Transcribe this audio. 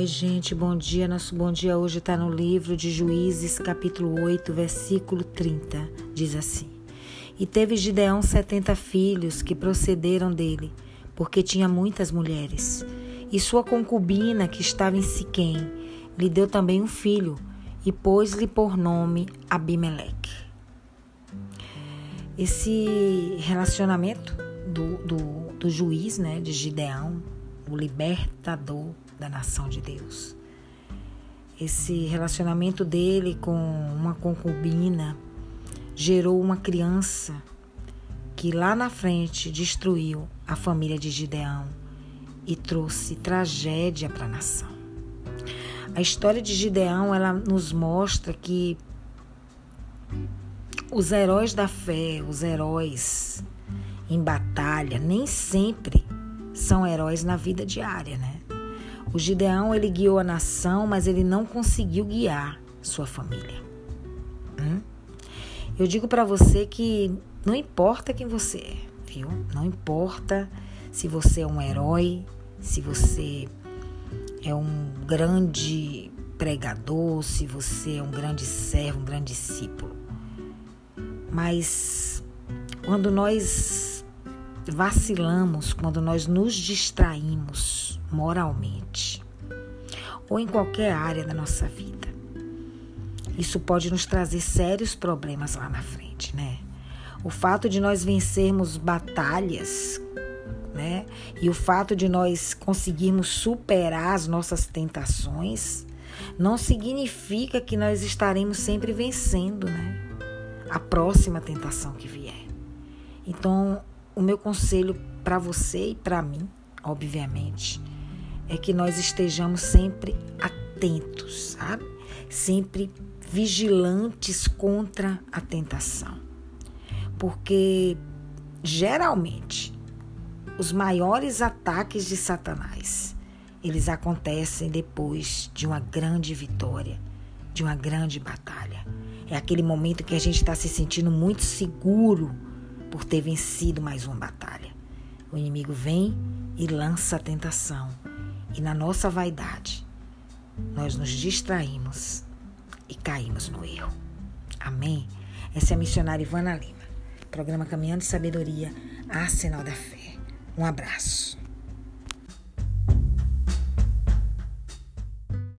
gente, bom dia. Nosso bom dia hoje está no livro de Juízes, capítulo 8, versículo 30. Diz assim: E teve Gideão 70 filhos que procederam dele, porque tinha muitas mulheres. E sua concubina, que estava em Siquém, lhe deu também um filho, e pôs-lhe por nome Abimeleque. Esse relacionamento do juiz, de Gideão, o libertador da nação de Deus. Esse relacionamento dele com uma concubina gerou uma criança que lá na frente destruiu a família de Gideão e trouxe tragédia para a nação. A história de Gideão, ela nos mostra que os heróis da fé, os heróis em batalha, nem sempre são heróis na vida diária, O Gideão, ele guiou a nação, mas ele não conseguiu guiar sua família. Eu digo para você que não importa quem você é, viu? Não importa se você é um herói, se você é um grande pregador, se você é um grande servo, um grande discípulo. Mas quando nós vacilamos, quando nós nos distraímos moralmente ou em qualquer área da nossa vida, isso pode nos trazer sérios problemas lá na frente, O fato de nós vencermos batalhas, e o fato de nós conseguirmos superar as nossas tentações não significa que nós estaremos sempre vencendo, a próxima tentação que vier. Então, o meu conselho para você e para mim, obviamente, é que nós estejamos sempre atentos, sabe? Sempre vigilantes contra a tentação. Porque, geralmente, os maiores ataques de Satanás, eles acontecem depois de uma grande vitória, de uma grande batalha. É aquele momento que a gente está se sentindo muito seguro por ter vencido mais uma batalha. O inimigo vem e lança a tentação. E na nossa vaidade, nós nos distraímos e caímos no erro. Amém? Essa é a missionária Ivana Lima. Programa Caminhando de Sabedoria, Arsenal da Fé. Um abraço.